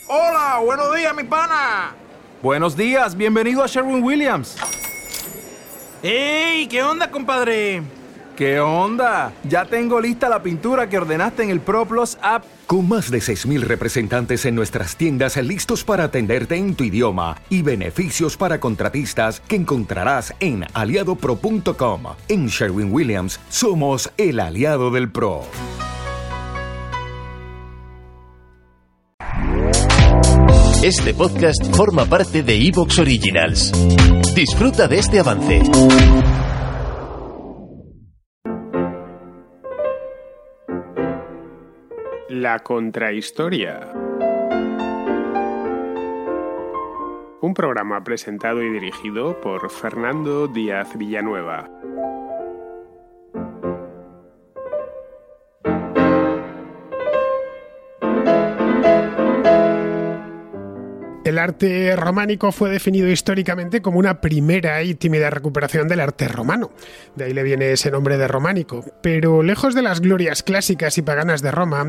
Hola, buenos días, mi pana. Buenos días, bienvenido a Sherwin-Williams. ¡Ey! ¿Qué onda, compadre? ¿Qué onda? Ya tengo lista la pintura que ordenaste en el ProPlus app. Con más de 6,000 representantes en nuestras tiendas listos para atenderte en tu idioma y beneficios para contratistas que encontrarás en aliadopro.com. En Sherwin-Williams somos el aliado del pro. Este podcast forma parte de iVoox Originals. Disfruta de este avance. La contrahistoria. Un programa presentado y dirigido por Fernando Díaz Villanueva. El arte románico fue definido históricamente como una primera y tímida recuperación del arte romano. De ahí le viene ese nombre de románico. Pero lejos de las glorias clásicas y paganas de Roma,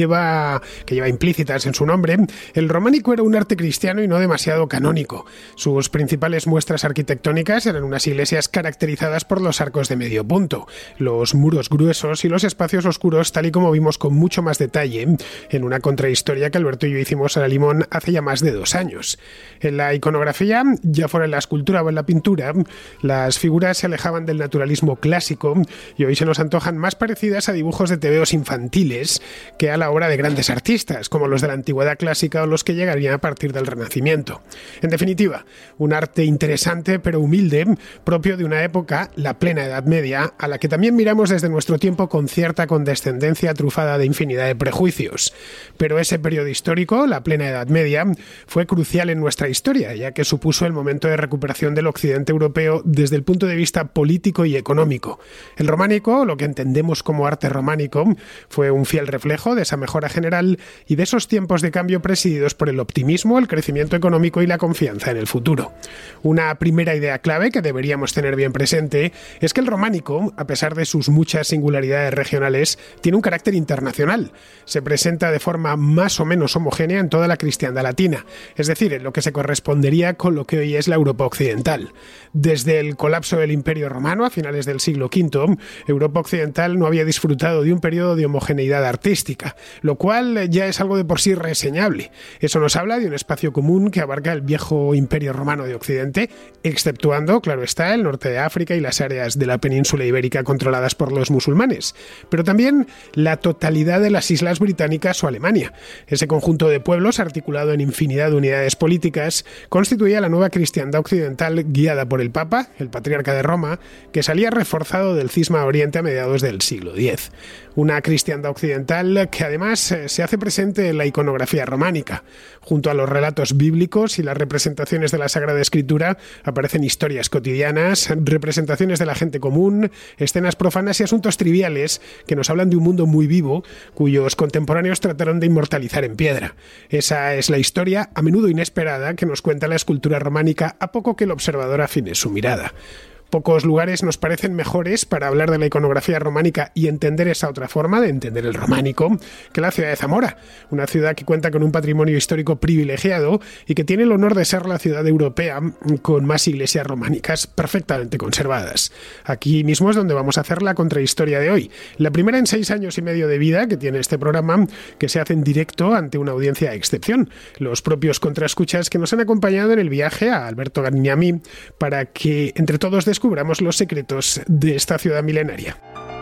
que lleva implícitas en su nombre, el románico era un arte cristiano y no demasiado canónico. Sus principales muestras arquitectónicas eran unas iglesias caracterizadas por los arcos de medio punto, los muros gruesos y los espacios oscuros, tal y como vimos con mucho más detalle en una contrahistoria que Alberto y yo hicimos a la limón hace ya más de 2 años. En la iconografía, ya fuera en la escultura o en la pintura, las figuras se alejaban del naturalismo clásico y hoy se nos antojan más parecidas a dibujos de tebeos infantiles que a la obra de grandes artistas, como los de la antigüedad clásica o los que llegarían a partir del Renacimiento. En definitiva, un arte interesante pero humilde, propio de una época, la plena Edad Media, a la que también miramos desde nuestro tiempo con cierta condescendencia trufada de infinidad de prejuicios. Pero ese periodo histórico, la plena Edad Media, fue crucial en nuestra historia, ya que supuso el momento de recuperación del occidente europeo desde el punto de vista político y económico. El románico, lo que entendemos como arte románico, fue un fiel reflejo de esa mejora general y de esos tiempos de cambio presididos por el optimismo, el crecimiento económico y la confianza en el futuro. Una primera idea clave que deberíamos tener bien presente es que el románico, a pesar de sus muchas singularidades regionales, tiene un carácter internacional. Se presenta de forma más o menos homogénea en toda la cristiandad latina, es decir, en lo que se correspondería con lo que hoy es la Europa occidental. Desde el colapso del Imperio Romano a finales del siglo V, Europa occidental no había disfrutado de un periodo de homogeneidad artística, lo cual ya es algo de por sí reseñable. Eso nos habla de un espacio común que abarca el viejo Imperio Romano de Occidente, exceptuando, claro está, el norte de África y las áreas de la península ibérica controladas por los musulmanes, pero también la totalidad de las islas británicas o Alemania. Ese conjunto de pueblos, articulado en infinidad de unidades políticas, constituía la nueva cristiandad occidental guiada por el Papa, el patriarca de Roma, que salía reforzado del cisma oriente a mediados del siglo X. Una cristiandad occidental que además se hace presente en la iconografía románica. Junto a los relatos bíblicos y las representaciones de la Sagrada Escritura aparecen historias cotidianas, representaciones de la gente común, escenas profanas y asuntos triviales que nos hablan de un mundo muy vivo cuyos contemporáneos trataron de inmortalizar en piedra. Esa es la historia, a menudo inesperada, que nos cuenta la escultura románica a poco que el observador afine su mirada. Pocos lugares nos parecen mejores para hablar de la iconografía románica y entender esa otra forma de entender el románico que la ciudad de Zamora, una ciudad que cuenta con un patrimonio histórico privilegiado y que tiene el honor de ser la ciudad europea con más iglesias románicas perfectamente conservadas. Aquí mismo es donde vamos a hacer la contrahistoria de hoy, la primera en 6 años y medio de vida que tiene este programa, que se hace en directo ante una audiencia de excepción, los propios contraescuchas que nos han acompañado en el viaje a Alberto Garín y a mí, para que entre todos descubramos los secretos de esta ciudad milenaria.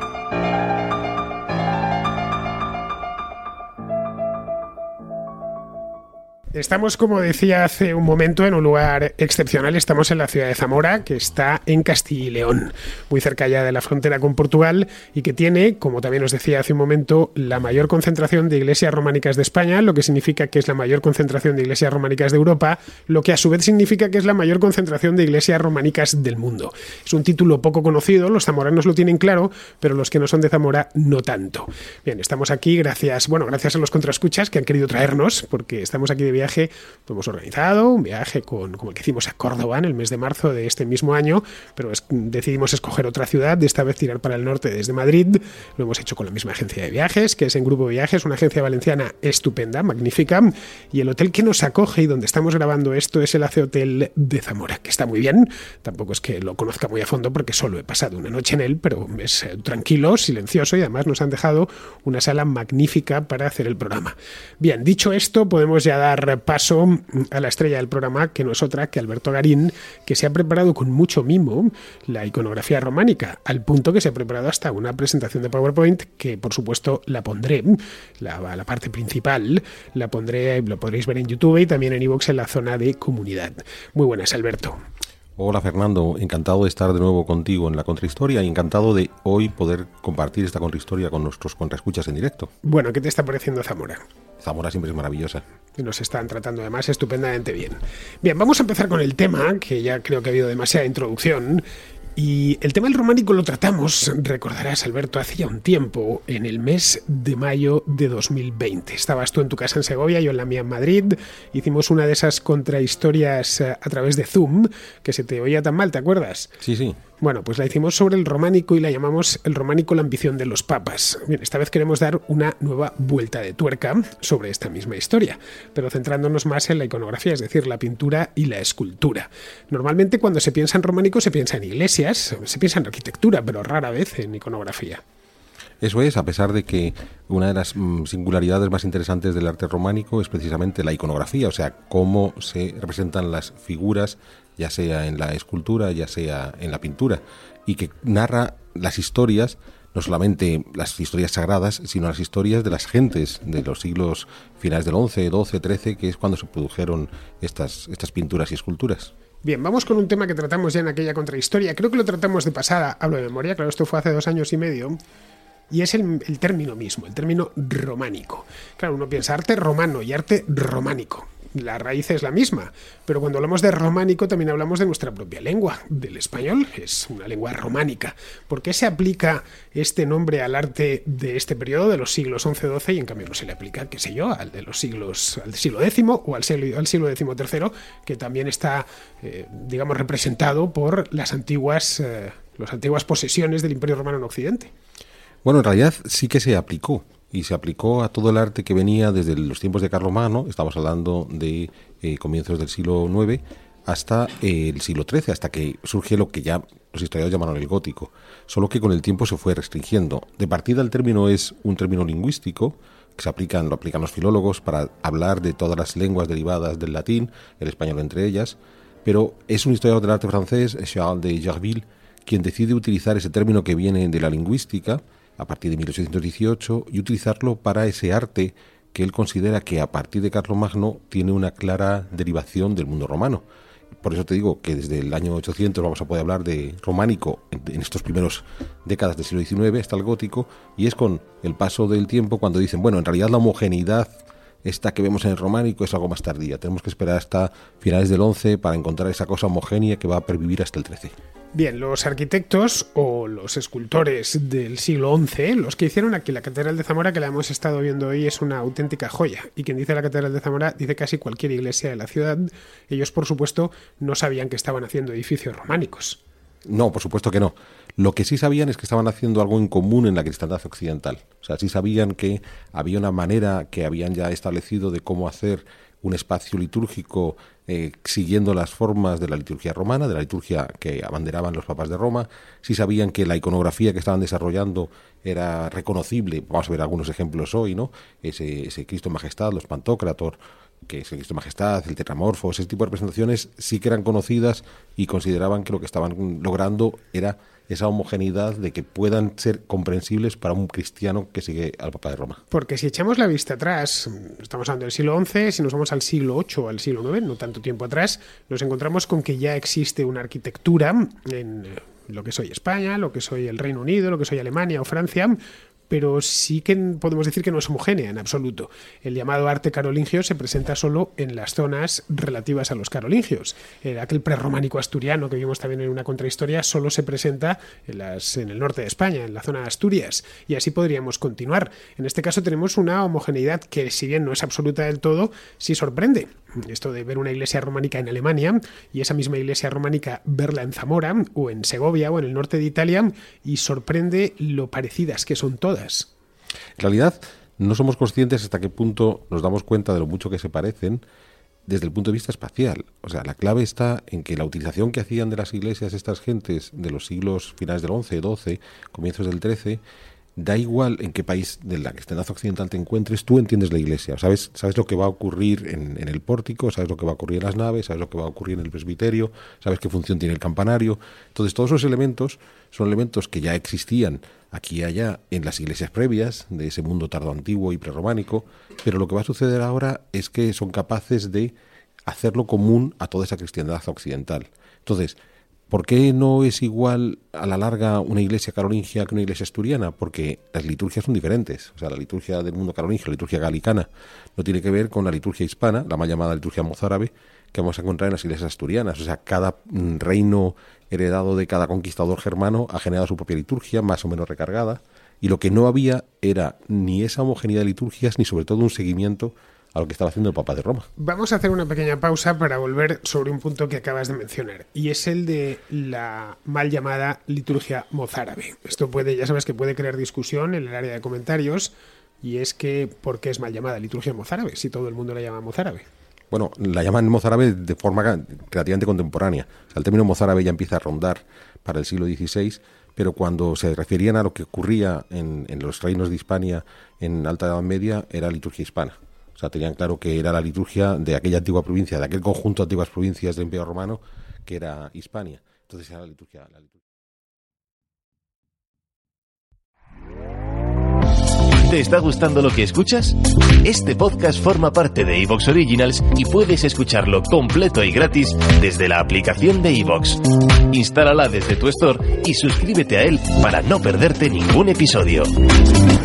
Estamos, como decía hace un momento, en un lugar excepcional. Estamos en la ciudad de Zamora, que está en Castilla y León, muy cerca ya de la frontera con Portugal, y que tiene, como también os decía hace un momento, la mayor concentración de iglesias románicas de España, lo que significa que es la mayor concentración de iglesias románicas de Europa, lo que a su vez significa que es la mayor concentración de iglesias románicas del mundo. Es un título poco conocido, los zamoranos lo tienen claro, pero los que no son de Zamora no tanto. Bien, estamos aquí gracias a los contraescuchas que han querido traernos, porque estamos aquí de viaje, pues hemos organizado un viaje como el que hicimos a Córdoba en el mes de marzo de este mismo año, pero decidimos escoger otra ciudad, de esta vez tirar para el norte desde Madrid. Lo hemos hecho con la misma agencia de viajes, que es en Grupo Viajes, una agencia valenciana estupenda, magnífica, y el hotel que nos acoge y donde estamos grabando esto es el AC Hotel de Zamora, que está muy bien. Tampoco es que lo conozca muy a fondo porque solo he pasado una noche en él, pero es tranquilo, silencioso, y además nos han dejado una sala magnífica para hacer el programa. Bien, dicho esto, podemos ya dar paso a la estrella del programa, que no es otra que Alberto Garín, que se ha preparado con mucho mimo la iconografía románica, al punto que se ha preparado hasta una presentación de PowerPoint que, por supuesto, la pondré, la parte principal, la pondré, lo podréis ver en YouTube y también en iVoox en la zona de comunidad. Muy buenas, Alberto. Hola Fernando, encantado de estar de nuevo contigo en la Contrahistoria y encantado de hoy poder compartir esta Contrahistoria con nuestros contraescuchas en directo. Bueno, ¿qué te está pareciendo Zamora? Zamora siempre es maravillosa. Y nos están tratando además estupendamente bien. Bien, vamos a empezar con el tema, que ya creo que ha habido demasiada introducción. Y el tema del románico lo tratamos, recordarás, Alberto, hace ya un tiempo, en el mes de mayo de 2020. Estabas tú en tu casa en Segovia, yo en la mía en Madrid. Hicimos una de esas contrahistorias a través de Zoom, que se te oía tan mal, ¿te acuerdas? Sí, sí. Bueno, pues la hicimos sobre el románico y la llamamos el románico, la ambición de los papas. Bien, esta vez queremos dar una nueva vuelta de tuerca sobre esta misma historia, pero centrándonos más en la iconografía, es decir, la pintura y la escultura. Normalmente cuando se piensa en románico se piensa en iglesias, se piensa en arquitectura, pero rara vez en iconografía. Eso es, a pesar de que una de las singularidades más interesantes del arte románico es precisamente la iconografía, o sea, cómo se representan las figuras, ya sea en la escultura, ya sea en la pintura, y que narra las historias, no solamente las historias sagradas, sino las historias de las gentes de los siglos finales del XI, XII, XIII, que es cuando se produjeron estas pinturas y esculturas. Bien, vamos con un tema que tratamos ya en aquella contrahistoria. Creo que lo tratamos de pasada, hablo de memoria, claro, esto fue hace 2 años y medio. Y es el término mismo, el término románico. Claro, uno piensa arte romano y arte románico. La raíz es la misma, pero cuando hablamos de románico también hablamos de nuestra propia lengua, del español, es una lengua románica. ¿Por qué se aplica este nombre al arte de este periodo, de los siglos XI-XII, y en cambio no se le aplica, qué sé yo, al del siglo X o al siglo XIII, que también está, digamos, representado por las antiguas posesiones del Imperio Romano en Occidente? Bueno, en realidad sí que se aplicó. Y se aplicó a todo el arte que venía desde los tiempos de Carlomagno, estamos hablando de comienzos del siglo IX, hasta el siglo XIII, hasta que surge lo que ya los historiadores llamaron el gótico, solo que con el tiempo se fue restringiendo. De partida el término es un término lingüístico, que lo aplican los filólogos para hablar de todas las lenguas derivadas del latín, el español entre ellas, pero es un historiador del arte francés, Charles de Jarville, quien decide utilizar ese término que viene de la lingüística, a partir de 1818, y utilizarlo para ese arte que él considera que a partir de Carlomagno tiene una clara derivación del mundo romano. Por eso te digo que desde el año 800 vamos a poder hablar de románico en estos primeros décadas del siglo XIX hasta el gótico, y es con el paso del tiempo cuando dicen, bueno, en realidad la homogeneidad esta que vemos en el románico es algo más tardía. Tenemos que esperar hasta finales del XI para encontrar esa cosa homogénea que va a pervivir hasta el XIII. Bien, los arquitectos o los escultores del siglo XI, los que hicieron aquí la Catedral de Zamora, que la hemos estado viendo hoy, es una auténtica joya. Y quien dice la Catedral de Zamora dice casi cualquier iglesia de la ciudad. Ellos, por supuesto, no sabían que estaban haciendo edificios románicos. No, por supuesto que no. Lo que sí sabían es que estaban haciendo algo en común en la cristiandad occidental. O sea, sí sabían que había una manera que habían ya establecido de cómo hacer un espacio litúrgico siguiendo las formas de la liturgia romana, de la liturgia que abanderaban los papas de Roma. Sí sabían que la iconografía que estaban desarrollando era reconocible. Vamos a ver algunos ejemplos hoy, ¿no? Ese Cristo en Majestad, los Pantocrator, que es el Cristo en Majestad, el Tetramorfo, ese tipo de representaciones sí que eran conocidas y consideraban que lo que estaban logrando era esa homogeneidad de que puedan ser comprensibles para un cristiano que sigue al Papa de Roma. Porque si echamos la vista atrás, estamos hablando del siglo XI, si nos vamos al siglo VIII o al siglo IX, no tanto tiempo atrás, nos encontramos con que ya existe una arquitectura en lo que soy España, lo que soy el Reino Unido, lo que soy Alemania o Francia, pero sí que podemos decir que no es homogénea en absoluto. El llamado arte carolingio se presenta solo en las zonas relativas a los carolingios. Aquel prerrománico asturiano que vimos también en una contrahistoria solo se presenta en el norte de España, en la zona de Asturias, y así podríamos continuar. En este caso tenemos una homogeneidad que, si bien no es absoluta del todo, sí sorprende. Esto de ver una iglesia románica en Alemania y esa misma iglesia románica verla en Zamora o en Segovia o en el norte de Italia, y sorprende lo parecidas que son todas. En realidad, no somos conscientes hasta qué punto nos damos cuenta de lo mucho que se parecen desde el punto de vista espacial. O sea, la clave está en que la utilización que hacían de las iglesias estas gentes de los siglos finales del 11, 12, comienzos del 13, da igual en qué país de la extendencia occidental te encuentres, tú entiendes la iglesia. Sabes lo que va a ocurrir en el pórtico, sabes lo que va a ocurrir en las naves, sabes lo que va a ocurrir en el presbiterio, sabes qué función tiene el campanario. Entonces, todos esos elementos son elementos que ya existían aquí y allá en las iglesias previas de ese mundo tardoantiguo y prerrománico, pero lo que va a suceder ahora es que son capaces de hacerlo común a toda esa cristiandad occidental. Entonces, ¿por qué no es igual a la larga una iglesia carolingia que una iglesia asturiana? Porque las liturgias son diferentes. O sea, la liturgia del mundo carolingio, la liturgia galicana, no tiene que ver con la liturgia hispana, la mal llamada liturgia mozárabe, que vamos a encontrar en las iglesias asturianas. O sea, cada reino heredado de cada conquistador germano ha generado su propia liturgia, más o menos recargada, y lo que no había era ni esa homogeneidad de liturgias, ni sobre todo un seguimiento a lo que estaba haciendo el Papa de Roma. Vamos a hacer una pequeña pausa para volver sobre un punto que acabas de mencionar, y es el de la mal llamada liturgia mozárabe. Esto ya sabes que puede crear discusión en el área de comentarios, y es que ¿por qué es mal llamada liturgia mozárabe si todo el mundo la llama mozárabe? Bueno, la llaman mozárabe de forma relativamente contemporánea. O sea, el término mozárabe ya empieza a rondar para el siglo XVI, pero cuando se referían a lo que ocurría en los reinos de Hispania en Alta Edad Media, era liturgia hispana. O sea, tenían claro que era la liturgia de aquella antigua provincia, de aquel conjunto de antiguas provincias del Imperio Romano, que era Hispania. Entonces era la liturgia. ¿Te está gustando lo que escuchas? Este podcast forma parte de iVoox Originals y puedes escucharlo completo y gratis desde la aplicación de iVoox. Instálala desde tu store y suscríbete a él para no perderte ningún episodio.